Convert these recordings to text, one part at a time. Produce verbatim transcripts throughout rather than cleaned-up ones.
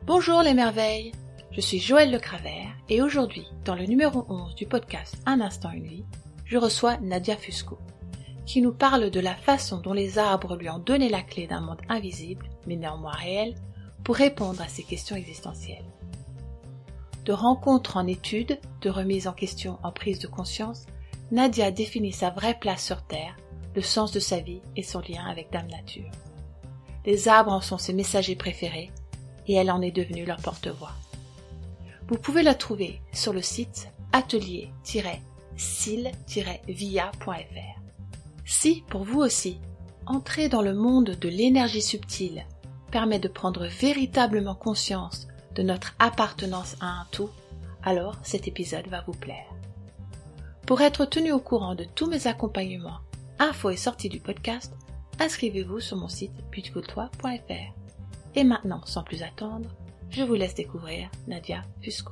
Bonjour les merveilles, je suis Joëlle Lecravert et aujourd'hui, dans le numéro onze du podcast Un instant une vie, je reçois Nadia Fusco, qui nous parle de la façon dont les arbres lui ont donné la clé d'un monde invisible, mais néanmoins réel, pour répondre à ces questions existentielles. De rencontres en études, de remise en question en prise de conscience, Nadia définit sa vraie place sur Terre, le sens de sa vie et son lien avec Dame Nature. Les arbres en sont ses messagers préférés et elle en est devenue leur porte-voix. Vous pouvez la trouver sur le site atelier tiret sil tiret via point f r. Si, pour vous aussi, entrer dans le monde de l'énergie subtile permet de prendre véritablement conscience de notre appartenance à un tout, alors cet épisode va vous plaire. Pour être tenu au courant de tous mes accompagnements, infos et sorties du podcast, inscrivez-vous sur mon site puisquetoi point f r. Et maintenant, sans plus attendre, je vous laisse découvrir Nadia Fusco.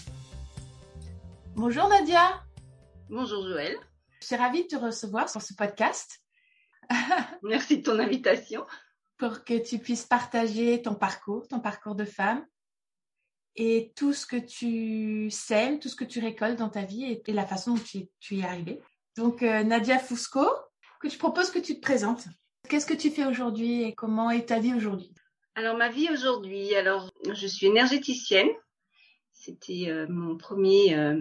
Bonjour Nadia. Bonjour Joëlle. Je suis ravie de te recevoir sur ce podcast. Merci de ton invitation. Pour que tu puisses partager ton parcours, ton parcours de femme et tout ce que tu sèmes, tout ce que tu récoltes dans ta vie et, et la façon dont tu, tu y es arrivée. Donc euh, Nadia Fusco, que je propose que tu te présentes. Qu'est-ce que tu fais aujourd'hui et comment est ta vie aujourd'hui? Alors ma vie aujourd'hui, alors je suis énergéticienne. C'était euh, mon premier, euh,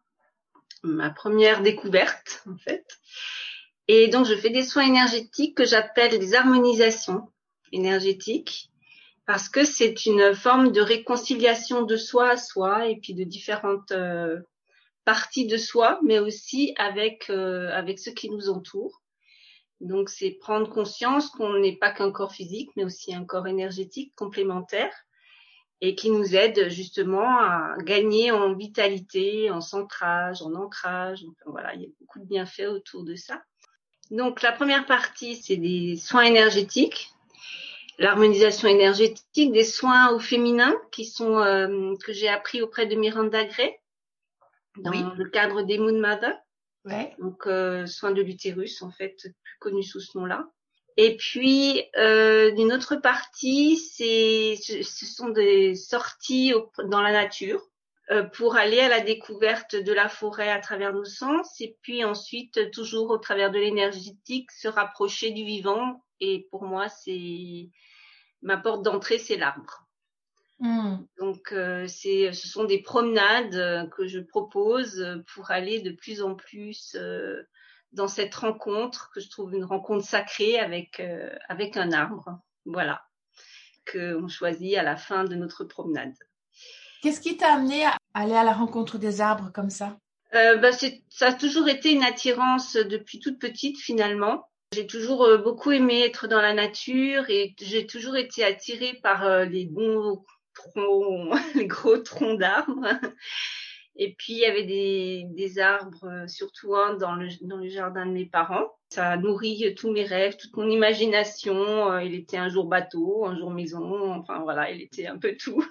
ma première découverte en fait. Et donc je fais des soins énergétiques que j'appelle des harmonisations énergétiques parce que c'est une forme de réconciliation de soi à soi et puis de différentes euh, parties de soi, mais aussi avec euh, avec ceux qui nous entourent. Donc, c'est prendre conscience qu'on n'est pas qu'un corps physique, mais aussi un corps énergétique complémentaire et qui nous aide justement à gagner en vitalité, en centrage, en ancrage. Enfin, voilà, il y a beaucoup de bienfaits autour de ça. Donc, la première partie, c'est des soins énergétiques, l'harmonisation énergétique, des soins au féminin qui sont euh, que j'ai appris auprès de Miranda Gray dans oui. le cadre des Moon Mother. Ouais. Donc, euh, soins de l'utérus, en fait, plus connu sous ce nom-là. Et puis, euh, d'une autre partie, c'est, ce sont des sorties au, dans la nature euh, pour aller à la découverte de la forêt à travers nos sens. Et puis ensuite, toujours au travers de l'énergétique, se rapprocher du vivant. Et pour moi, c'est ma porte d'entrée, c'est l'arbre. Mmh. Donc, euh, c'est, ce sont des promenades euh, que je propose pour aller de plus en plus euh, dans cette rencontre que je trouve une rencontre sacrée avec euh, avec un arbre, voilà, que on choisit à la fin de notre promenade. Qu'est-ce qui t'a amené à aller à la rencontre des arbres comme ça? euh, bah, c'est, Ça a toujours été une attirance depuis toute petite finalement. J'ai toujours euh, beaucoup aimé être dans la nature et j'ai toujours été attirée par euh, les bons troncs, les gros troncs d'arbres. Et puis il y avait des, des arbres, surtout un dans le, dans le jardin de mes parents. Ça a nourri tous mes rêves, toute mon imagination. Il était un jour bateau, un jour maison. Enfin voilà, il était un peu tout.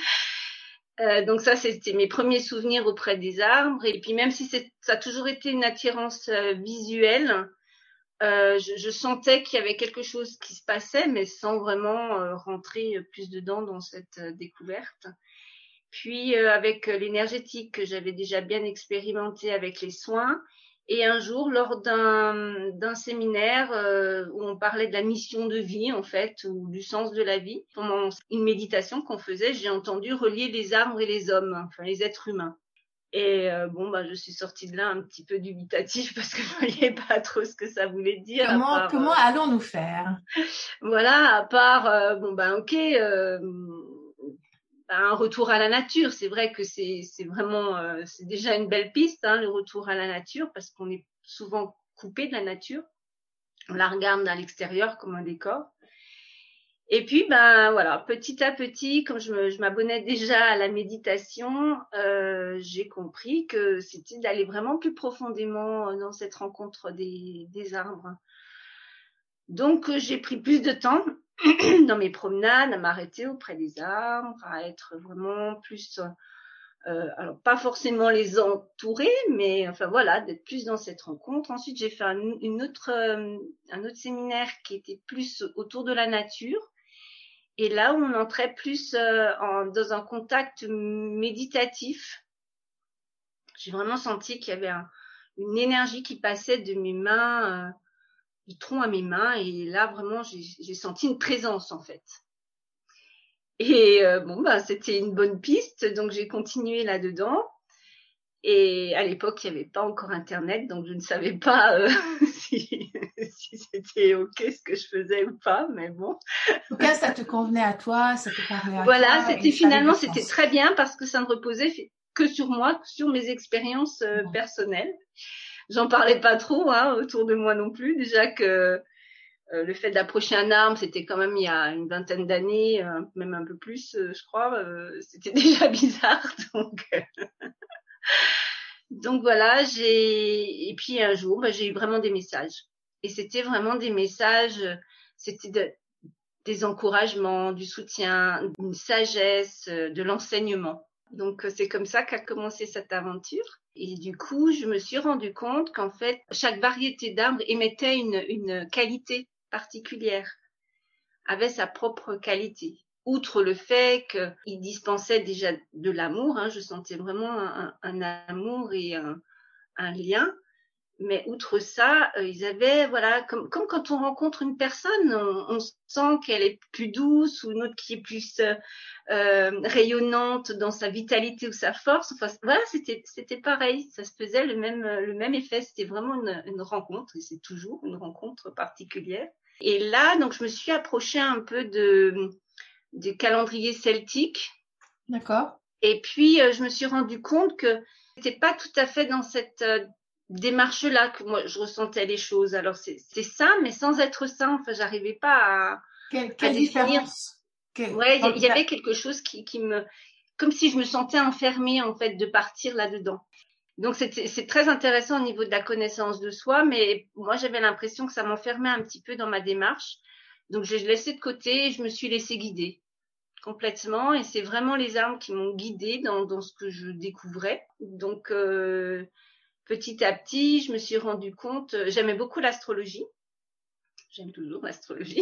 Euh, donc ça, c'était mes premiers souvenirs auprès des arbres. Et puis même si c'est, ça a toujours été une attirance euh, visuelle, euh, je, je sentais qu'il y avait quelque chose qui se passait, mais sans vraiment euh, rentrer plus dedans dans cette euh, découverte. Puis euh, avec l'énergétique que j'avais déjà bien expérimenté avec les soins. Et un jour, lors d'un, d'un séminaire euh, où on parlait de la mission de vie, en fait, ou du sens de la vie, pendant une méditation qu'on faisait, j'ai entendu relier les arbres et les hommes, enfin les êtres humains. Et euh, bon, bah, je suis sortie de là un petit peu dubitative parce que je ne voyais pas trop ce que ça voulait dire. Comment, part, comment euh, allons-nous faire? Voilà, à part, euh, bon, ben, ok, euh, un retour à la nature. C'est vrai que c'est, c'est vraiment, euh, c'est déjà une belle piste, hein, le retour à la nature, parce qu'on est souvent coupé de la nature. On la regarde à l'extérieur comme un décor. Et puis, ben voilà, petit à petit, comme je, me, je m'abonnais déjà à la méditation, euh, j'ai compris que c'était d'aller vraiment plus profondément dans cette rencontre des, des arbres. Donc, j'ai pris plus de temps dans mes promenades à m'arrêter auprès des arbres, à être vraiment plus, euh, alors pas forcément les entourer, mais enfin voilà, d'être plus dans cette rencontre. Ensuite, j'ai fait un, une autre, euh, un autre séminaire qui était plus autour de la nature. Et là, on entrait plus euh, en, dans un contact méditatif. J'ai vraiment senti qu'il y avait un, une énergie qui passait de mes mains, euh, du tronc à mes mains. Et là, vraiment, j'ai, j'ai senti une présence, en fait. Et euh, bon, bah, c'était une bonne piste, donc j'ai continué là-dedans. Et à l'époque, il n'y avait pas encore Internet, donc je ne savais pas euh, si, si c'était OK ce que je faisais ou pas, mais bon. En tout cas, ça te convenait à toi, ça te parlait à voilà, toi. Voilà, c'était finalement, c'était très bien parce que ça ne reposait que sur moi, sur mes expériences euh, ouais. personnelles. J'en parlais pas trop hein, autour de moi non plus. Déjà que euh, le fait d'approcher un arbre, c'était quand même il y a une vingtaine d'années, euh, même un peu plus, euh, je crois. Euh, c'était déjà bizarre, donc... Donc voilà, j'ai et puis un jour, bah, j'ai eu vraiment des messages. Et c'était vraiment des messages, c'était de, des encouragements, du soutien, une sagesse, de l'enseignement. Donc c'est comme ça qu'a commencé cette aventure. Et du coup, je me suis rendu compte qu'en fait, chaque variété d'arbres émettait une, une qualité particulière, avait sa propre qualité. Outre le fait qu'il dispensait déjà de l'amour, hein, je sentais vraiment un, un amour et un, un lien. Mais outre ça, euh, ils avaient, voilà, comme, comme quand on rencontre une personne, on, on sent qu'elle est plus douce ou une autre qui est plus euh, euh, rayonnante dans sa vitalité ou sa force. Enfin, voilà, c'était, c'était pareil. Ça se faisait le même, le même effet. C'était vraiment une, une rencontre et c'est toujours une rencontre particulière. Et là, donc, je me suis approchée un peu de des calendriers celtiques. D'accord. Et puis, euh, je me suis rendu compte que c'était pas tout à fait dans cette euh, démarche-là que moi, je ressentais les choses. Alors, c'est, c'est ça, mais sans être ça. Enfin, j'arrivais pas à, quelle, quelle à définir. Différence quelle... Ouais, il y, y avait quelque chose qui, qui me... Comme si je me sentais enfermée, en fait, de partir là-dedans. Donc, c'est, c'est très intéressant au niveau de la connaissance de soi, mais moi, j'avais l'impression que ça m'enfermait un petit peu dans ma démarche. Donc, j'ai laissé de côté et je me suis laissée guider complètement. Et c'est vraiment les arbres qui m'ont guidée dans, dans ce que je découvrais. Donc, euh, petit à petit, je me suis rendu compte, j'aimais beaucoup l'astrologie. J'aime toujours l'astrologie.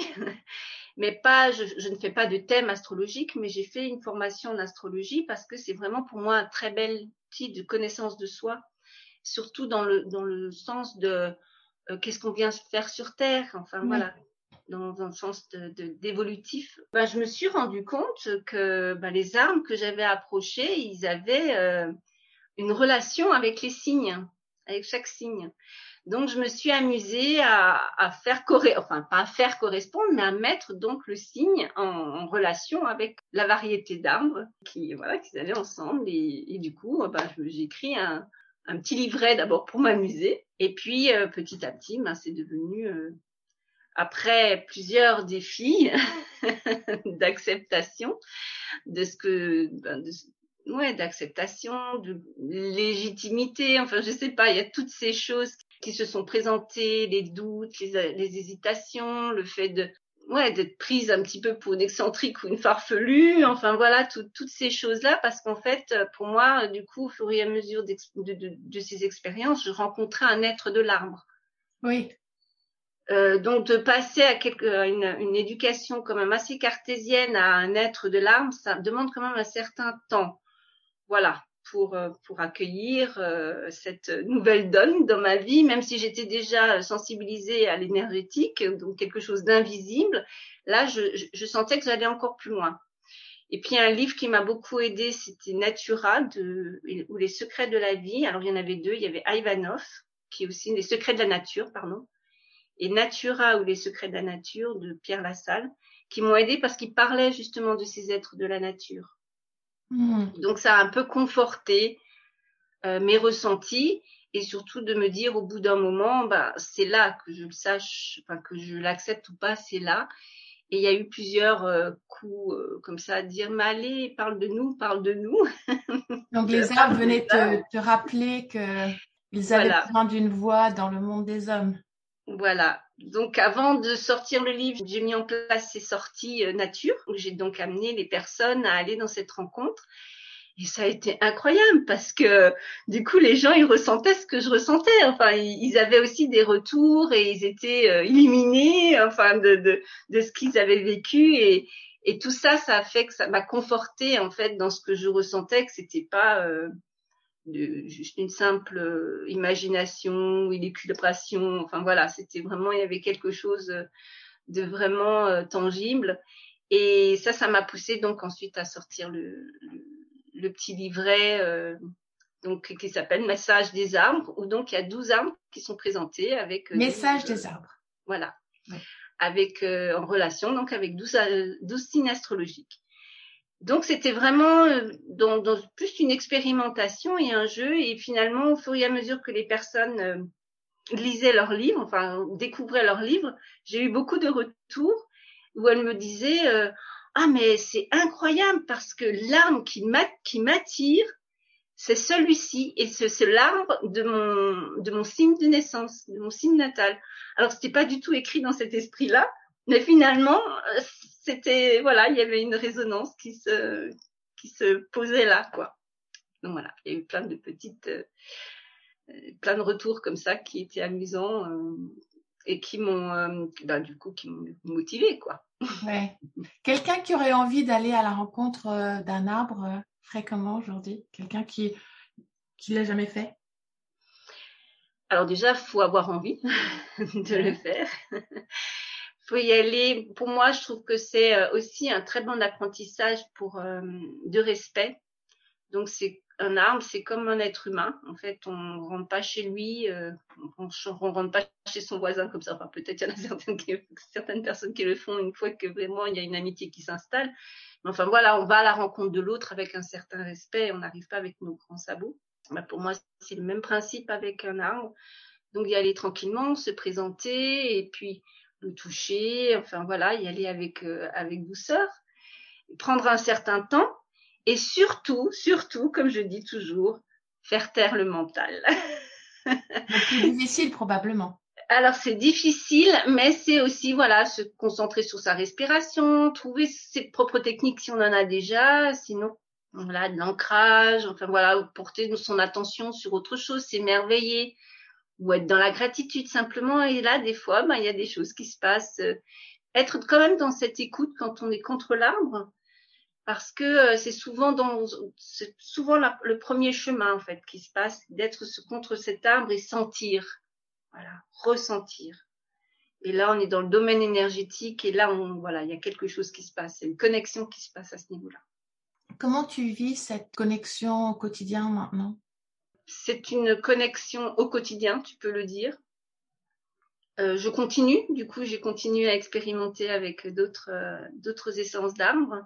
Mais pas, je, je ne fais pas de thème astrologique, mais j'ai fait une formation en astrologie parce que c'est vraiment pour moi un très bel outil de connaissance de soi, surtout dans le, dans le sens de euh, qu'est-ce qu'on vient faire sur Terre, enfin oui. Voilà, dans, dans le sens de, de, d'évolutif. Ben, je me suis rendu compte que ben, les arbres que j'avais approchés, ils avaient euh, une relation avec les signes, avec chaque signe. Donc, je me suis amusée à, à faire correspondre, enfin, pas à faire correspondre, mais à mettre donc le signe en, en relation avec la variété d'arbres qui, voilà, qui allaient ensemble. Et, et du coup, ben, j'ai écrit un, un petit livret d'abord pour m'amuser. Et puis, euh, petit à petit, ben, c'est devenu, euh, après plusieurs défis d'acceptation de ce que, ben, de, ouais, d'acceptation, de légitimité, enfin, je sais pas, il y a toutes ces choses qui se sont présentées, les doutes, les, les hésitations, le fait de, ouais, d'être prise un petit peu pour une excentrique ou une farfelue, enfin voilà, tout, toutes ces choses-là, parce qu'en fait, pour moi, du coup, au fur et à mesure de, de, de ces expériences, je rencontrais un être de l'arbre. Oui. Euh, donc de passer à, quelque, à une, une éducation quand même assez cartésienne à un être de l'arbre, ça demande quand même un certain temps. Voilà. Pour, pour accueillir euh, cette nouvelle donne dans ma vie, même si j'étais déjà sensibilisée à l'énergétique, donc quelque chose d'invisible, là, je, je, je sentais que j'allais encore plus loin. Et puis, un livre qui m'a beaucoup aidée, c'était Natura, de, ou Les secrets de la vie. Alors, il y en avait deux. Il y avait Ivanov, qui est aussi Les secrets de la nature, pardon, et Natura, ou Les secrets de la nature, de Pierre Lassalle, qui m'ont aidée parce qu'il parlait justement de ces êtres de la nature. Mmh. Donc, ça a un peu conforté euh, mes ressentis et surtout de me dire au bout d'un moment, bah, c'est là que je le sache, enfin, que je l'accepte ou pas, c'est là. Et il y a eu plusieurs euh, coups euh, comme ça à dire, mais allez, parle de nous, parle de nous. Donc, les arbres venaient te, te rappeler qu'ils avaient voilà. besoin d'une voix dans le monde des hommes. Voilà. Donc, avant de sortir le livre, j'ai mis en place ces sorties euh, nature, où j'ai donc amené les personnes à aller dans cette rencontre. Et ça a été incroyable parce que, du coup, les gens, ils ressentaient ce que je ressentais. Enfin, ils avaient aussi des retours et ils étaient euh, illuminés, enfin, de, de, de ce qu'ils avaient vécu. Et, Et tout ça, ça a fait que ça m'a confortée en fait dans ce que je ressentais, que c'était pas euh, de, juste une simple euh, imagination ou élucubration. Enfin voilà, c'était vraiment, il y avait quelque chose de vraiment euh, tangible. Et ça, ça m'a poussée donc ensuite à sortir le, le, le petit livret euh, donc qui s'appelle Message des arbres, où donc il y a douze arbres qui sont présentés avec euh, Message douze, des arbres. Voilà. Ouais. Avec euh, en relation donc avec douze, douze signes astrologiques. Donc c'était vraiment euh, dans, dans plus une expérimentation et un jeu, et finalement au fur et à mesure que les personnes euh, lisaient leurs livres, enfin découvraient leurs livres, j'ai eu beaucoup de retours où elles me disaient euh, ah mais c'est incroyable parce que l'arbre qui m'attire, c'est celui-ci, et c'est, c'est l'arbre de mon, de mon signe de naissance, de mon signe natal. Alors, c'était pas du tout écrit dans cet esprit-là, mais finalement, c'était, voilà, il y avait une résonance qui se, qui se posait là, quoi. Donc voilà, il y a eu plein de petites, euh, plein de retours comme ça qui étaient amusants euh, et qui m'ont, euh, bah, du coup, qui m'ont motivée, quoi. Ouais. Quelqu'un qui aurait envie d'aller à la rencontre euh, d'un arbre euh, ferait comment aujourd'hui? Quelqu'un qui qui l'a jamais fait? Alors déjà, faut avoir envie de ouais. le faire. Faut y aller. Pour moi, je trouve que c'est aussi un très bon apprentissage pour euh, de respect. Donc c'est un arbre, c'est comme un être humain. En fait, on rentre pas chez lui, euh, on, on rentre pas chez son voisin comme ça. Enfin, peut-être il y en a certaines, qui, certaines personnes qui le font une fois que vraiment il y a une amitié qui s'installe. Mais enfin voilà, on va à la rencontre de l'autre avec un certain respect. On n'arrive pas avec nos grands sabots. Bah, pour moi, c'est le même principe avec un arbre. Donc y aller tranquillement, se présenter et puis le toucher. Enfin voilà, y aller avec euh, avec douceur, prendre un certain temps. Et surtout, surtout, comme je dis toujours, faire taire le mental. Le plus difficile probablement. Alors c'est difficile, mais c'est aussi voilà se concentrer sur sa respiration, trouver ses propres techniques si on en a déjà, sinon voilà de l'ancrage, enfin voilà porter son attention sur autre chose, s'émerveiller ou être dans la gratitude simplement. Et là des fois, ben il y a des choses qui se passent. Être quand même dans cette écoute quand on est contre l'arbre. Parce que euh, c'est souvent dans, c'est souvent la, le premier chemin en fait qui se passe, d'être contre cet arbre et sentir, voilà, ressentir. Et là, on est dans le domaine énergétique et là, on, voilà, il y a quelque chose qui se passe, c'est une connexion qui se passe à ce niveau-là. Comment tu vis cette connexion au quotidien maintenant? C'est une connexion au quotidien, tu peux le dire. Euh, je continue, du coup, j'ai continué à expérimenter avec d'autres, euh, d'autres essences d'arbres.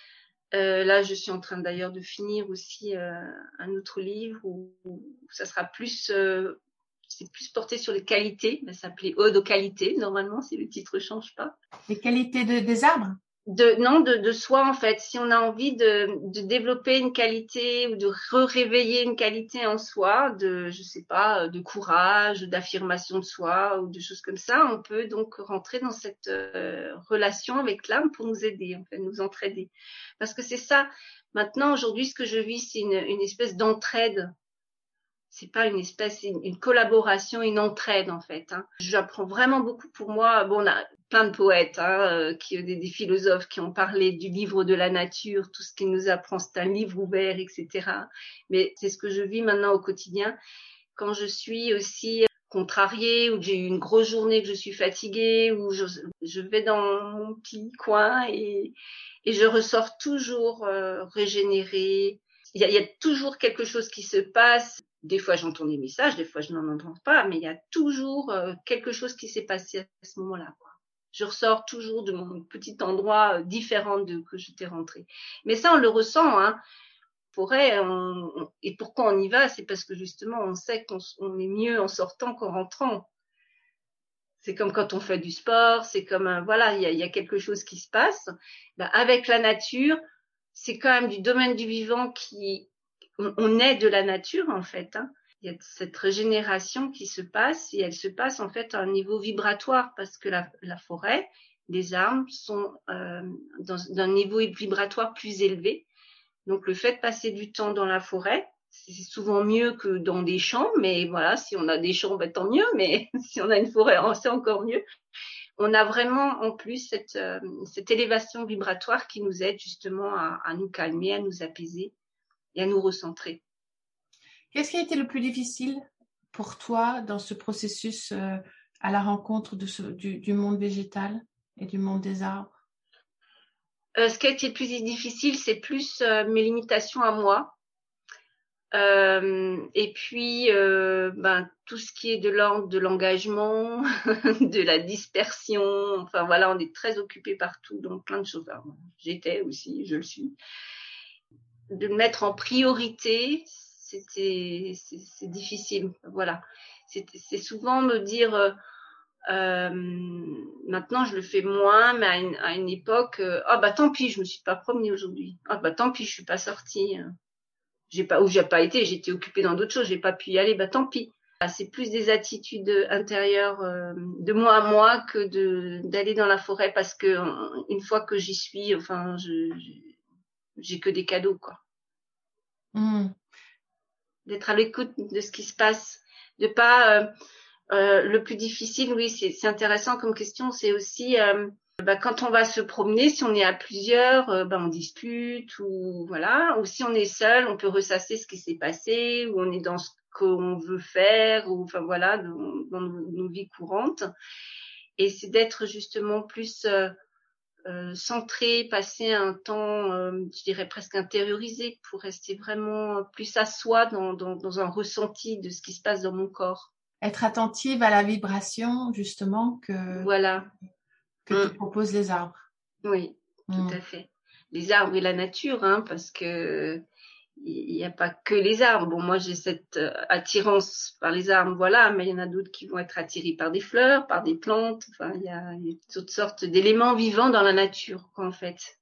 Euh, là, je suis en train d'ailleurs de finir aussi euh, un autre livre où, où ça sera plus, euh, c'est plus porté sur les qualités. Ça s'appelait Ode aux qualités, normalement, si le titre change pas. Les qualités de, des arbres? De, non, de, de soi, en fait. Si on a envie de, de développer une qualité ou de réveiller une qualité en soi, de, je sais pas, de courage, d'affirmation de soi ou de choses comme ça, on peut donc rentrer dans cette euh, relation avec l'âme pour nous aider, en fait, nous entraider. Parce que c'est ça. Maintenant, aujourd'hui, ce que je vis, c'est une, une espèce d'entraide. C'est pas une espèce, une, une collaboration, une entraide en fait. Hein. J'apprends vraiment beaucoup pour moi. Bon, on a plein de poètes, hein, qui, des, des philosophes qui ont parlé du livre de la nature, tout ce qu'il nous apprend, c'est un livre ouvert, et cetera. Mais c'est ce que je vis maintenant au quotidien. Quand je suis aussi contrariée ou que j'ai eu une grosse journée, que je suis fatiguée, ou je, je vais dans mon petit coin et, et je ressors toujours euh, régénérée. Il y, a, il y a toujours quelque chose qui se passe. Des fois, j'entends des messages, des fois, je n'en entends pas, mais il y a toujours euh, quelque chose qui s'est passé à ce moment-là, quoi. Je ressors toujours de mon petit endroit euh, différent de que j'étais rentrée. Mais ça, on le ressent, hein. Forêt, on, on, et pourquoi on y va? C'est parce que justement, on sait qu'on on est mieux en sortant qu'en rentrant. C'est comme quand on fait du sport, c'est comme, un, voilà, il y a, y a quelque chose qui se passe. Ben, avec la nature, c'est quand même du domaine du vivant qui... On, on est de la nature, en fait. Hein. Il y a cette régénération qui se passe et elle se passe, en fait, à un niveau vibratoire parce que la, la forêt, les arbres sont euh, dans, d'un niveau vibratoire plus élevé. Donc, le fait de passer du temps dans la forêt, c'est souvent mieux que dans des champs. Mais voilà, si on a des champs, ben, tant mieux. Mais si on a une forêt, c'est encore mieux. on a vraiment en plus cette, euh, cette élévation vibratoire qui nous aide justement à, à nous calmer, à nous apaiser et à nous recentrer. Qu'est-ce qui a été le plus difficile pour toi dans ce processus euh, à la rencontre de ce, du, du monde végétal et du monde des arbres? Euh, ce qui a été le plus difficile, c'est plus euh, mes limitations à moi. Euh, et puis, euh, ben, tout ce qui est de l'ordre de l'engagement, de la dispersion. Enfin, voilà, on est très occupé partout, donc plein de choses. Alors, j'étais aussi, je le suis. De me mettre en priorité, c'était, c'est, c'est difficile. Voilà. C'est, c'est souvent me dire, euh, euh, maintenant je le fais moins, mais à une, à une époque, euh, ah bah tant pis, je me suis pas promenée aujourd'hui. Ah bah tant pis, je suis pas sortie. J'ai pas, ou j'ai pas été, j'étais occupée dans d'autres choses, j'ai pas pu y aller, bah tant pis. C'est plus des attitudes intérieures euh, de moi à moi que de d'aller dans la forêt parce que une fois que j'y suis, enfin, je, je j'ai que des cadeaux, quoi. Mmh. D'être à l'écoute de ce qui se passe, de pas. Euh, euh, le plus difficile, oui, c'est, c'est intéressant comme question, c'est aussi euh, bah, quand on va se promener, si on est à plusieurs, euh, bah, on dispute ou voilà, ou si on est seul, on peut ressasser ce qui s'est passé, ou on est dans ce qu'on veut faire, ou enfin voilà, dans, dans nos, nos vies courantes. Et c'est d'être justement plus euh, euh, centré, passer un temps, euh, je dirais presque intériorisé, pour rester vraiment plus à soi dans, dans, dans un ressenti de ce qui se passe dans mon corps. Être attentive à la vibration, justement, que, voilà. que mmh. te proposent les arbres. Oui, mmh. tout à fait. Les arbres et la nature, hein, parce que il n'y a pas que les arbres. Bon, moi, j'ai cette euh, attirance par les arbres, voilà, mais il y en a d'autres qui vont être attirés par des fleurs, par des plantes. Enfin, il y a, il y a toutes sortes d'éléments vivants dans la nature, quoi, en fait.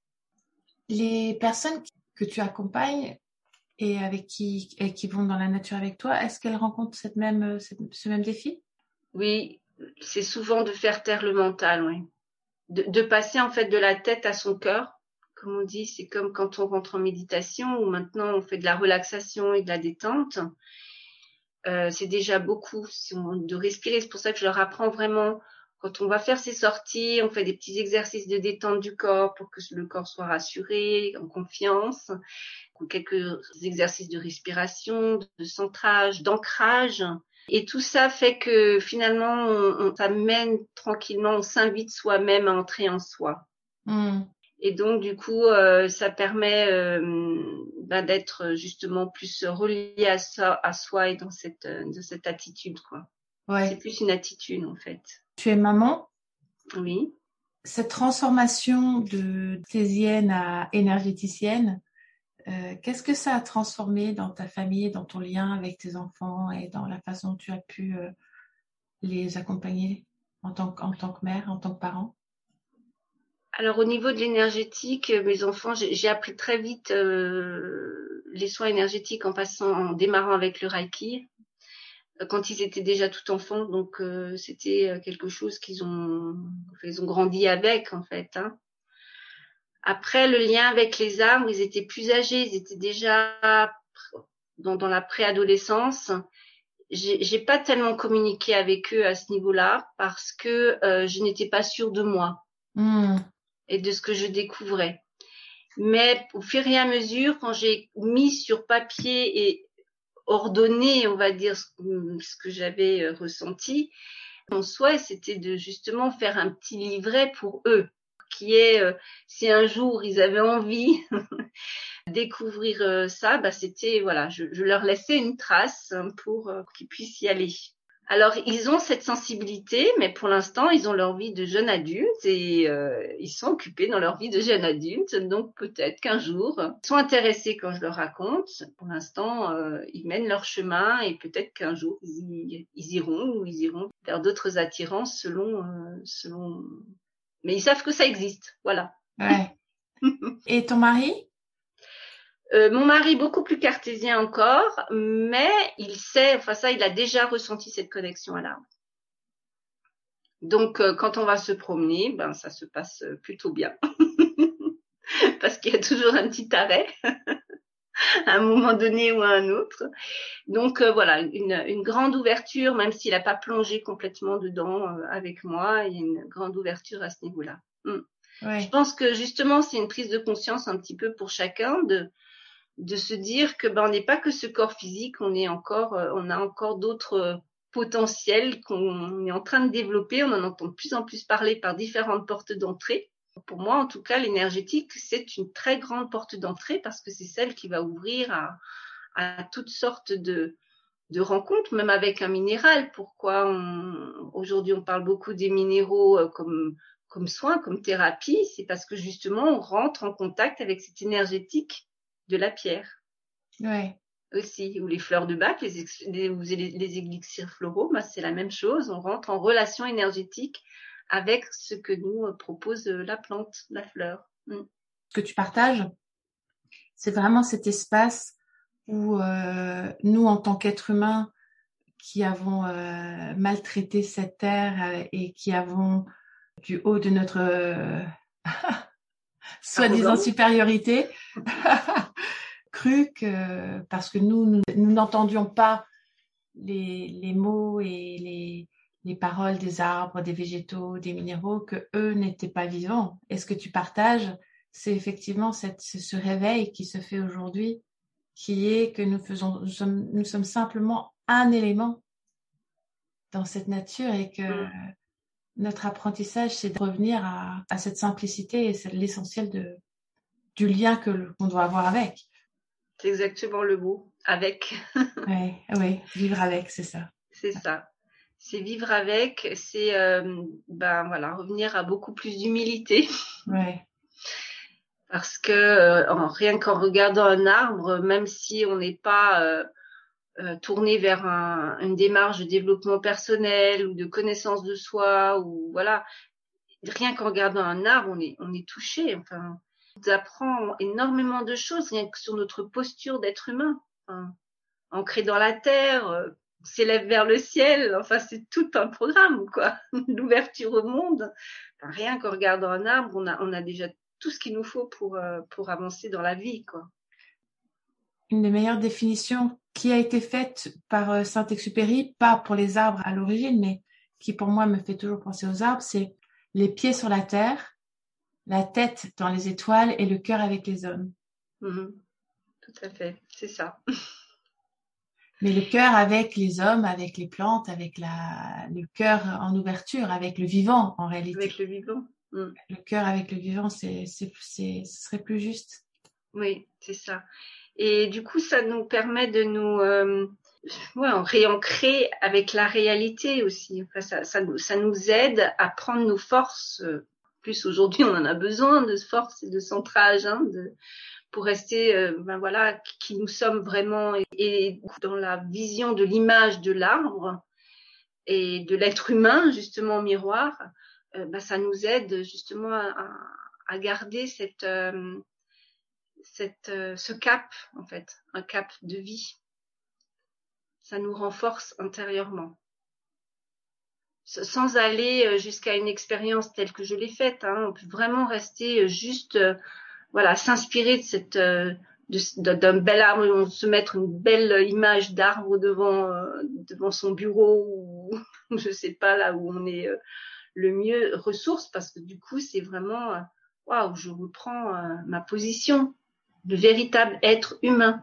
Les personnes que tu accompagnes et avec qui, et qui vont dans la nature avec toi, est-ce qu'elles rencontrent cette même, cette, ce même défi? Oui, c'est souvent de faire taire le mental, oui. De, de passer, en fait, de la tête à son cœur. Comme on dit, c'est comme quand on rentre en méditation ou maintenant on fait de la relaxation et de la détente. Euh, c'est déjà beaucoup de respirer. C'est pour ça que je leur apprends vraiment, quand on va faire ces sorties, on fait des petits exercices de détente du corps pour que le corps soit rassuré, en confiance. Quelques exercices de respiration, de centrage, d'ancrage. Et tout ça fait que finalement, on, on s'amène tranquillement, on s'invite soi-même à entrer en soi. Mmh. Et donc, du coup, euh, ça permet euh, ben, d'être justement plus relié à, ça, à soi et dans cette, de cette attitude, quoi. Ouais. C'est plus une attitude, en fait. Tu es maman? Oui. Cette transformation de thésienne à énergéticienne, euh, qu'est-ce que ça a transformé dans ta famille, dans ton lien avec tes enfants et dans la façon dont tu as pu euh, les accompagner en tant, en tant que mère, en tant que parent? Alors, au niveau de l'énergétique, mes enfants, j'ai, j'ai appris très vite euh, les soins énergétiques en passant, en démarrant avec le Reiki, quand ils étaient déjà tout enfants. Donc, euh, c'était quelque chose qu'ils ont, ils ont grandi avec, en fait. Hein. Après, le lien avec les arbres, ils étaient plus âgés, ils étaient déjà dans, dans la préadolescence. J'ai, j'ai pas tellement communiqué avec eux à ce niveau-là parce que euh, je n'étais pas sûre de moi. Mmh. Et de ce que je découvrais. Mais au fur et à mesure, quand j'ai mis sur papier et ordonné, on va dire, ce, ce que j'avais ressenti, mon souhait, c'était de justement faire un petit livret pour eux, qui est, euh, si un jour ils avaient envie de découvrir euh, ça, bah c'était, voilà, je, je leur laissais une trace pour euh, qu'ils puissent y aller. Alors, ils ont cette sensibilité, mais pour l'instant, ils ont leur vie de jeunes adultes et euh, ils sont occupés dans leur vie de jeunes adultes. Donc, peut-être qu'un jour, ils sont intéressés quand je leur raconte. Pour l'instant, euh, ils mènent leur chemin et peut-être qu'un jour, ils, y, ils iront ou ils iront vers d'autres attirances selon, euh, selon... Mais ils savent que ça existe, voilà. Ouais. Et ton mari ? Euh, mon mari, beaucoup plus cartésien encore, mais il sait, enfin ça, il a déjà ressenti cette connexion à l'arbre. Donc, euh, quand on va se promener, ben ça se passe plutôt bien. Parce qu'il y a toujours un petit arrêt. à un moment donné ou à un autre. Donc euh, voilà, une, une grande ouverture, même s'il n'a pas plongé complètement dedans euh, avec moi, il y a une grande ouverture à ce niveau-là. Mm. Ouais. Je pense que justement, c'est une prise de conscience un petit peu pour chacun de de se dire que ben on n'est pas que ce corps physique, on est encore, euh, on a encore d'autres euh, potentiels qu'on est en train de développer. On en entend de plus en plus parler par différentes portes d'entrée. Pour moi, en tout cas, l'énergétique, c'est une très grande porte d'entrée parce que c'est celle qui va ouvrir à, à toutes sortes de, de rencontres, même avec un minéral. Pourquoi on, aujourd'hui on parle beaucoup des minéraux euh, comme, comme soins, comme thérapie? C'est parce que justement, on rentre en contact avec cette énergétique de la pierre. Ouais. Aussi, ou les fleurs de bac, les, ex, les, les, les élixirs floraux, bah, c'est la même chose. On rentre en relation énergétique avec ce que nous propose la plante, la fleur. Mm. Ce que tu partages, c'est vraiment cet espace où euh, nous, en tant qu'êtres humains, qui avons euh, maltraité cette terre euh, et qui avons, du haut de notre euh, soi-disant supériorité, cru que, parce que nous, nous, nous n'entendions pas les, les mots et les, les paroles des arbres, des végétaux, des minéraux, que eux n'étaient pas vivants. Et ce que tu partages, c'est effectivement cette, ce réveil qui se fait aujourd'hui, qui est que nous faisons, nous sommes, nous sommes simplement un élément dans cette nature et que mmh. notre apprentissage, c'est de revenir à, à cette simplicité et c'est l'essentiel de, du lien que qu'on doit avoir avec. C'est exactement le mot, avec. Oui, ouais, vivre avec, c'est ça. C'est ça. C'est vivre avec, c'est euh, ben voilà, revenir à beaucoup plus d'humilité. Ouais. Parce que euh, en, rien qu'en regardant un arbre, même si on n'est pas euh, euh, tourné vers un, une démarche de développement personnel ou de connaissance de soi, ou voilà, rien qu'en regardant un arbre, on est, on est touché. Enfin, on apprend énormément de choses, rien que sur notre posture d'être humain. Enfin, ancré dans la terre, euh, s'élève vers le ciel. Enfin, c'est tout un programme, quoi. L'ouverture au monde. Enfin, rien qu'en regardant un arbre, on a, on a déjà tout ce qu'il nous faut pour, euh, pour avancer dans la vie, quoi. Une des meilleures définitions qui a été faite par euh, Saint-Exupéry, pas pour les arbres à l'origine, mais qui pour moi me fait toujours penser aux arbres, c'est les pieds sur la terre, la tête dans les étoiles et le cœur avec les hommes. Mmh, tout à fait, c'est ça. Mais le cœur avec les hommes, avec les plantes, avec la, le cœur en ouverture, avec le vivant en réalité. Avec le vivant. Mmh. Le cœur avec le vivant, c'est, c'est, c'est, ce serait plus juste. Oui, c'est ça. Et du coup, ça nous permet de nous euh, ouais, réancrer avec la réalité aussi. Enfin, ça, ça, ça nous aide à prendre nos forces. Plus aujourd'hui, on en a besoin de force et de centrage, hein, de, pour rester, euh, ben voilà, qui nous sommes vraiment. Et, et dans la vision de l'image de l'arbre et de l'être humain, justement, miroir, euh, ben, ça nous aide justement à, à garder cette... Euh, Cette, euh, ce cap, en fait, un cap de vie. Ça nous renforce intérieurement. Sans aller jusqu'à une expérience telle que je l'ai faite, hein, on peut vraiment rester juste, euh, voilà, s'inspirer de cette, euh, de, d'un bel arbre, on se mettre une belle image d'arbre devant, euh, devant son bureau ou je sais pas là où on est euh, le mieux ressource parce que du coup c'est vraiment, waouh, wow, je reprends euh, ma position. Le véritable être humain.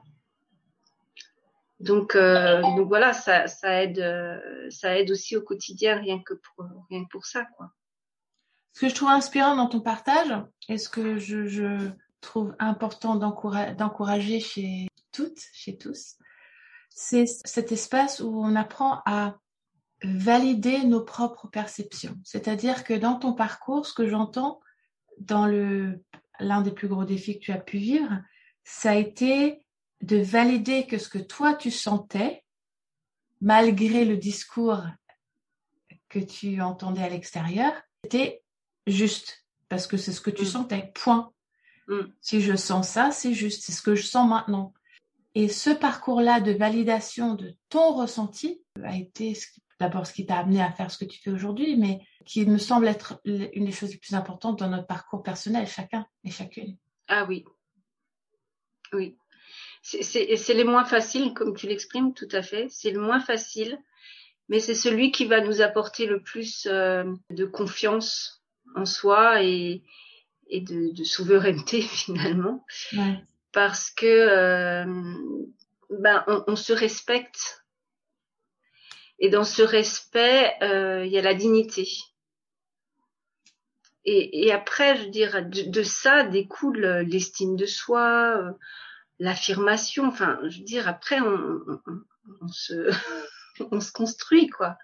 Donc, euh, donc voilà, ça, ça aide, euh, ça aide aussi au quotidien, rien que pour, rien que pour ça, quoi. Ce que je trouve inspirant dans ton partage, et ce que je, je trouve important d'encourager, d'encourager chez toutes, chez tous, c'est cet espace où on apprend à valider nos propres perceptions. C'est-à-dire que dans ton parcours, ce que j'entends dans le, l'un des plus gros défis que tu as pu vivre, ça a été de valider que ce que toi tu sentais, malgré le discours que tu entendais à l'extérieur, c'était juste, parce que c'est ce que tu mmh. sentais, point. Mmh. Si je sens ça, c'est juste, c'est ce que je sens maintenant. Et ce parcours-là de validation de ton ressenti a été d'abord ce qui t'a amené à faire ce que tu fais aujourd'hui, mais qui me semble être une des choses les plus importantes dans notre parcours personnel, chacun et chacune. Ah oui, oui. c'est, c'est, c'est les moins faciles, comme tu l'exprimes, tout à fait. C'est le moins facile, mais c'est celui qui va nous apporter le plus euh, de confiance en soi et, et de, de souveraineté finalement, Ouais. parce que euh, ben on, on se respecte et dans ce respect euh, il y a la dignité. Et, et après, je veux dire, de, de ça découle l'estime de soi, euh, l'affirmation. Enfin, je veux dire, après, on, on, on se, on se construit, quoi.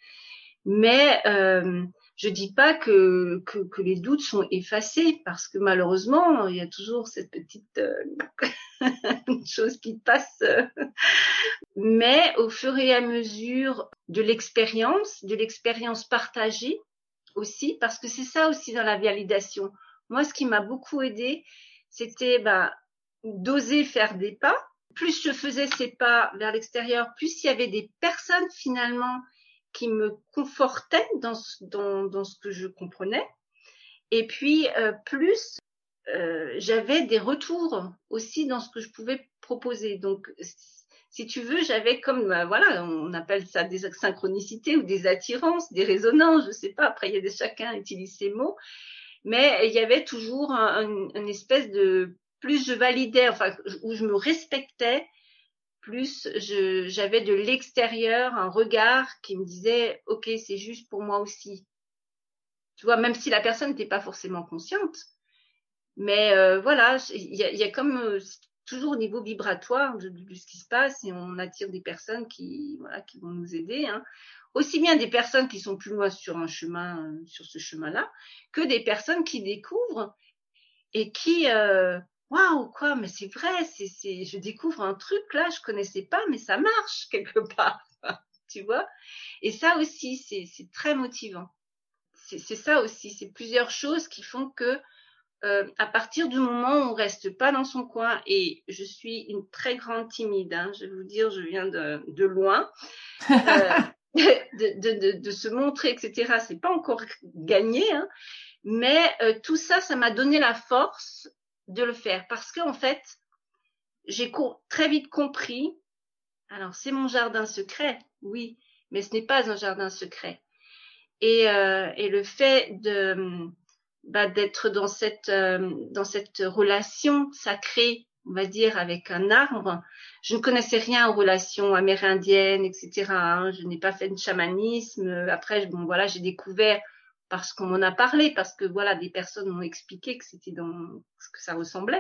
Mais euh, je dis pas que, que, que les doutes sont effacés, parce que malheureusement, il y a toujours cette petite euh, chose qui passe. Mais au fur et à mesure de l'expérience, de l'expérience partagée aussi, parce que c'est ça aussi dans la validation. Moi, ce qui m'a beaucoup aidé, c'était bah, d'oser faire des pas. Plus je faisais ces pas vers l'extérieur, plus il y avait des personnes finalement qui me confortaient dans ce, dans, dans ce que je comprenais. Et puis, euh, plus euh, j'avais des retours aussi dans ce que je pouvais proposer. Donc, si tu veux, j'avais comme, bah, voilà, on appelle ça des synchronicités ou des attirances, des résonances, je sais pas, après, il y a des, chacun utilise ces mots, mais il y avait toujours un, un, une espèce de, plus je validais, enfin, où je me respectais, plus je, j'avais de l'extérieur un regard qui me disait, ok, c'est juste pour moi aussi. Tu vois, même si la personne n'était pas forcément consciente. Mais euh, voilà, il y a, y a comme euh, toujours au niveau vibratoire de, de, de ce qui se passe et on attire des personnes qui, voilà, qui vont nous aider. Hein. Aussi bien des personnes qui sont plus loin sur un chemin, euh, sur ce chemin-là, que des personnes qui découvrent et qui, euh, waouh, quoi, mais c'est vrai, c'est, c'est, je découvre un truc là, je connaissais pas, mais ça marche quelque part, tu vois. Et ça aussi, c'est, c'est très motivant. C'est, c'est ça aussi, c'est plusieurs choses qui font que Euh, à partir du moment où on reste pas dans son coin, et je suis une très grande timide, hein, je vais vous dire, je viens de, de loin, euh, de, de, de, de se montrer, et cetera. C'est pas encore gagné, hein, mais euh, tout ça, ça m'a donné la force de le faire, parce que en fait, j'ai co- très vite compris. Alors, c'est mon jardin secret, oui, mais ce n'est pas un jardin secret. Et, euh, et le fait de bah, d'être dans cette euh, dans cette relation sacrée, on va dire, avec un arbre. Je ne connaissais rien aux relations amérindiennes, et cetera. Hein. Je n'ai pas fait de chamanisme. Après, bon voilà, j'ai découvert parce qu'on m'en a parlé, parce que voilà, des personnes m'ont expliqué que c'était dans ce que ça ressemblait.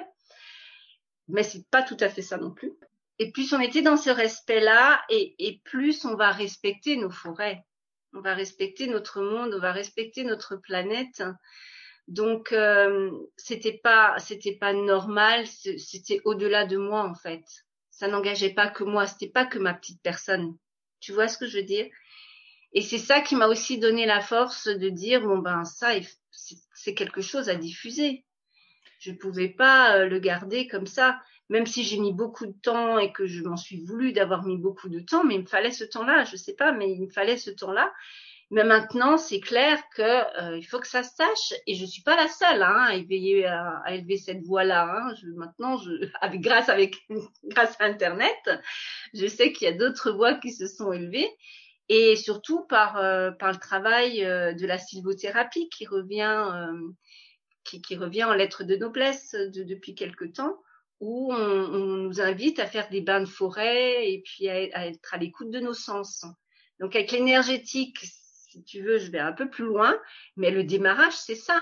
Mais c'est pas tout à fait ça non plus. Et plus on était dans ce respect-là, et, et plus on va respecter nos forêts, on va respecter notre monde, on va respecter notre planète. Donc euh, c'était pas c'était pas normal, c'était au-delà de moi en fait. Ça n'engageait pas que moi, c'était pas que ma petite personne. Tu vois ce que je veux dire? Et c'est ça qui m'a aussi donné la force de dire bon ben ça c'est quelque chose à diffuser. Je pouvais pas le garder comme ça, même si j'ai mis beaucoup de temps et que je m'en suis voulu d'avoir mis beaucoup de temps, mais il me fallait ce temps-là, je sais pas, mais il me fallait ce temps-là. Mais maintenant, c'est clair que euh, il faut que ça se sache, et je suis pas la seule hein, à éveiller, à, à élever cette voix-là. Hein. Je, maintenant, je, avec grâce avec grâce à Internet, je sais qu'il y a d'autres voix qui se sont élevées, et surtout par euh, par le travail euh, de la sylvothérapie qui revient euh, qui, qui revient en lettres de noblesse de, depuis quelque temps, où on, on nous invite à faire des bains de forêt et puis à, à être à l'écoute de nos sens. Donc avec l'énergétique, si tu veux, je vais un peu plus loin, mais le démarrage, c'est ça.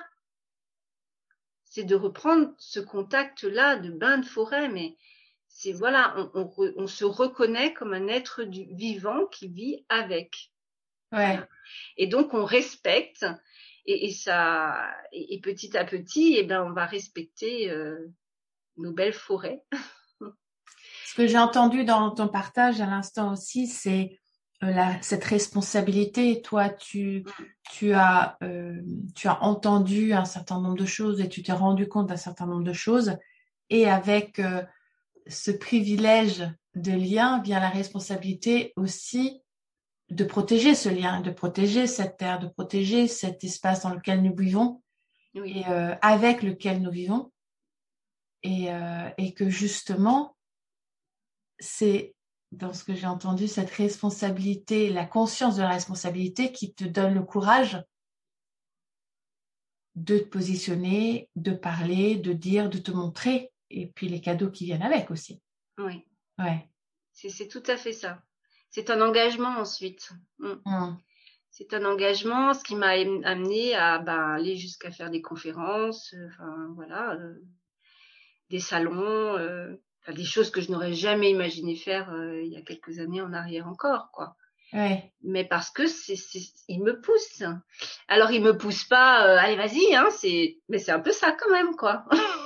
C'est de reprendre ce contact-là de bain de forêt, mais c'est voilà, on, on, on se reconnaît comme un être du, vivant qui vit avec. Ouais. Voilà. Et donc on respecte, et, et ça, et, et petit à petit, eh ben on va respecter euh, nos belles forêts. Ce que j'ai entendu dans ton partage à l'instant aussi, c'est euh, la, cette responsabilité. Toi, tu, tu as, euh, tu as entendu un certain nombre de choses et tu t'es rendu compte d'un certain nombre de choses. Et avec euh, ce privilège de lien vient la responsabilité aussi de protéger ce lien, de protéger cette terre, de protéger cet espace dans lequel nous vivons Oui. et euh, avec lequel nous vivons. Et, euh, et que justement, c'est, dans ce que j'ai entendu, cette responsabilité, la conscience de la responsabilité qui te donne le courage de te positionner, de parler, de dire, de te montrer, et puis les cadeaux qui viennent avec aussi. Oui. Ouais. C'est, c'est tout à fait ça. C'est un engagement ensuite. Mm. Mm. C'est un engagement, ce qui m'a amené à ben, aller jusqu'à faire des conférences, euh, enfin voilà, euh, des salons, euh, enfin, des choses que je n'aurais jamais imaginé faire euh, il y a quelques années en arrière encore, quoi. Ouais. Mais parce que c'est, c'est, il me pousse. Alors il me pousse pas, euh, allez vas-y, hein, c'est, mais c'est un peu ça quand même, quoi.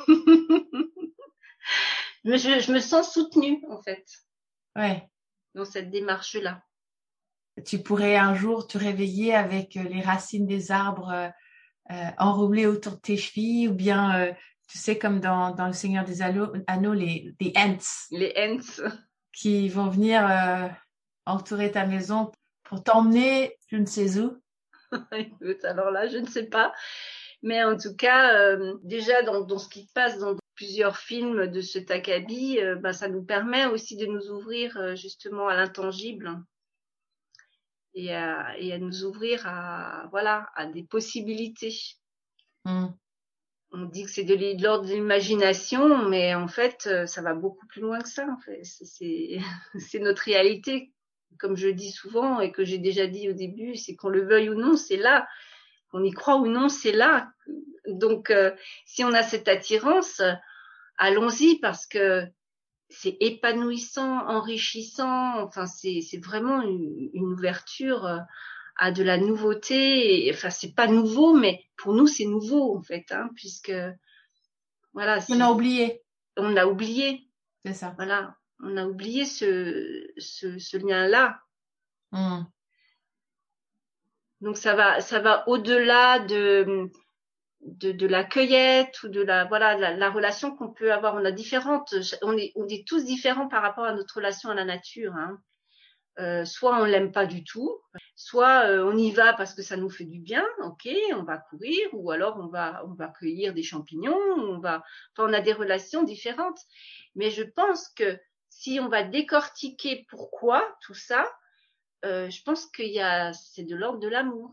Mais je, je me sens soutenue en fait Ouais. dans cette démarche-là. Tu pourrais un jour te réveiller avec euh, les racines des arbres euh, euh, enroulées autour de tes chevilles, ou bien, euh, tu sais, comme dans, dans Le Seigneur des Anneaux, anneaux les, les ants Les ants. qui vont venir euh, entourer ta maison pour t'emmener je ne sais où. Écoute, alors là, je ne sais pas. Mais en tout cas, euh, déjà dans, dans ce qui se passe dans plusieurs films de ce Takabi, euh, bah, ça nous permet aussi de nous ouvrir euh, justement à l'intangible et à, et à nous ouvrir à, voilà, à des possibilités. Mm. On dit que c'est de l'ordre de l'imagination, mais en fait, euh, ça va beaucoup plus loin que ça. En fait. C'est, c'est, c'est notre réalité, comme je dis souvent et que j'ai déjà dit au début, c'est qu'on le veuille ou non, c'est là. Qu'on y croit ou non, c'est là. Donc, euh, si on a cette attirance, allons-y parce que c'est épanouissant, enrichissant. Enfin, c'est, c'est vraiment une, une ouverture à de la nouveauté. Et, enfin, c'est pas nouveau, mais pour nous, c'est nouveau en fait, hein, puisque voilà, On a c'est, oublié. on a oublié. C'est ça. Voilà, on a oublié ce, ce, ce lien-là. Mm. Donc ça va, ça va au-delà de de, de la cueillette ou de la voilà la, la relation qu'on peut avoir. On a différentes, on est on est tous différents par rapport à notre relation à la nature. Hein. Euh, soit on l'aime pas du tout, soit euh, on y va parce que ça nous fait du bien. Ok, on va courir ou alors on va on va cueillir des champignons. On va, enfin on a des relations différentes. Mais je pense que si on va décortiquer pourquoi tout ça, euh, je pense qu'il y a c'est de l'ordre de l'amour.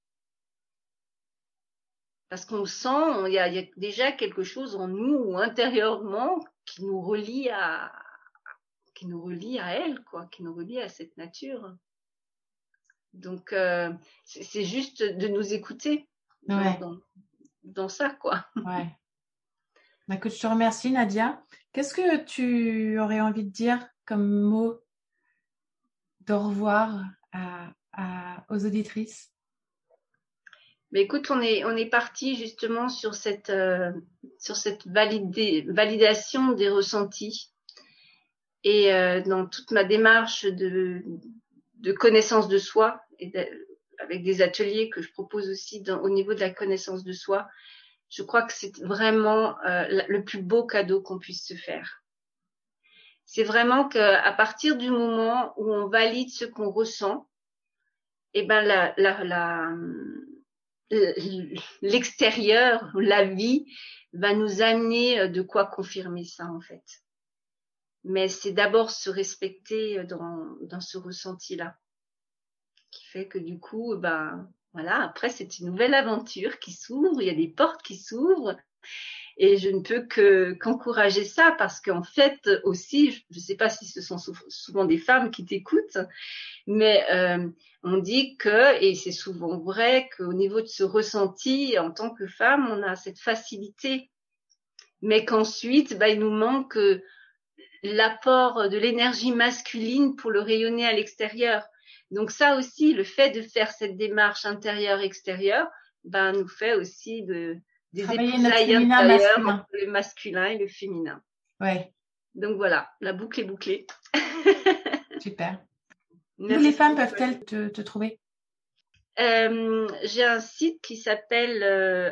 Parce qu'on sent, il y, a, il y a déjà quelque chose en nous ou intérieurement qui nous relie à, qui nous relie à elle, quoi, qui nous relie à cette nature. Donc, euh, c'est, c'est juste de nous écouter dans, Ouais. dans, dans ça, quoi. Ouais. Bah, écoute, je te remercie, Nadia. Qu'est-ce que tu aurais envie de dire comme mot de revoir à, à, aux auditrices? Mais écoute, on est, on est parti justement sur cette, euh, sur cette validé, validation des ressentis. Et euh, dans toute ma démarche de, de connaissance de soi, et de, avec des ateliers que je propose aussi dans, au niveau de la connaissance de soi, je crois que c'est vraiment euh, le plus beau cadeau qu'on puisse se faire. C'est vraiment qu'à partir du moment où on valide ce qu'on ressent, et ben la, la, la, l'extérieur, la vie, va nous amener de quoi confirmer ça en fait. Mais c'est d'abord se respecter dans, dans ce ressenti-là, qui fait que du coup, ben voilà, après c'est une nouvelle aventure qui s'ouvre, il y a des portes qui s'ouvrent, et je ne peux que qu'encourager ça parce qu'en fait aussi, je ne sais pas si ce sont souvent des femmes qui t'écoutent, mais euh, on dit que, et c'est souvent vrai, qu'au niveau de ce ressenti, en tant que femme, on a cette facilité, mais qu'ensuite, ben, il nous manque l'apport de l'énergie masculine pour le rayonner à l'extérieur. Donc ça aussi, le fait de faire cette démarche intérieure-extérieure, ben, nous fait aussi de, des Travailler notre épousailles féminin intérieures masculin. entre le masculin et le féminin. Ouais. Donc voilà, la boucle est bouclée. Super. Où les Merci. femmes peuvent-elles te, te trouver? Euh, j'ai un site qui s'appelle euh,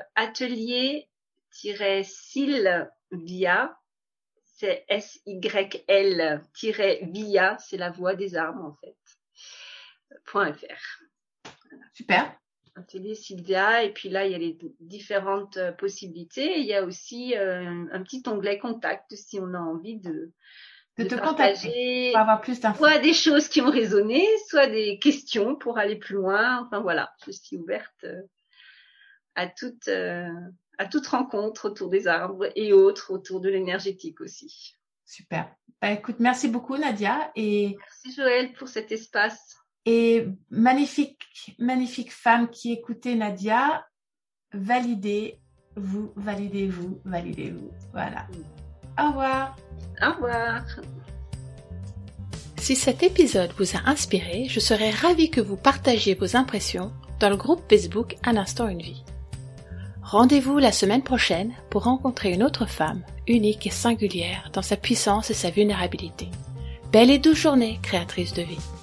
atelier-sylvia, c'est S Y L-via, c'est la voix des arbres en fait, .fr. Voilà. Super. Atelier Sylvia, et puis là il y a les différentes possibilités. Il y a aussi euh, un petit onglet contact si on a envie de, de, de te partager contacter pour avoir plus d'infos. Soit des choses qui ont résonné, soit des questions pour aller plus loin. Enfin voilà, je suis ouverte à toute, euh, à toute rencontre autour des arbres et autres autour de l'énergétique aussi. Super. Bah, écoute, merci beaucoup Nadia. Et, merci Joël pour cet espace. Et magnifique, magnifique femme qui écoutait Nadia, validez-vous, validez-vous, validez-vous. Voilà. Au revoir. Au revoir. Si cet épisode vous a inspiré, je serais ravie que vous partagiez vos impressions dans le groupe Facebook Un instant une vie. Rendez-vous la semaine prochaine pour rencontrer une autre femme, unique et singulière dans sa puissance et sa vulnérabilité. Belle et douce journée, créatrice de vie.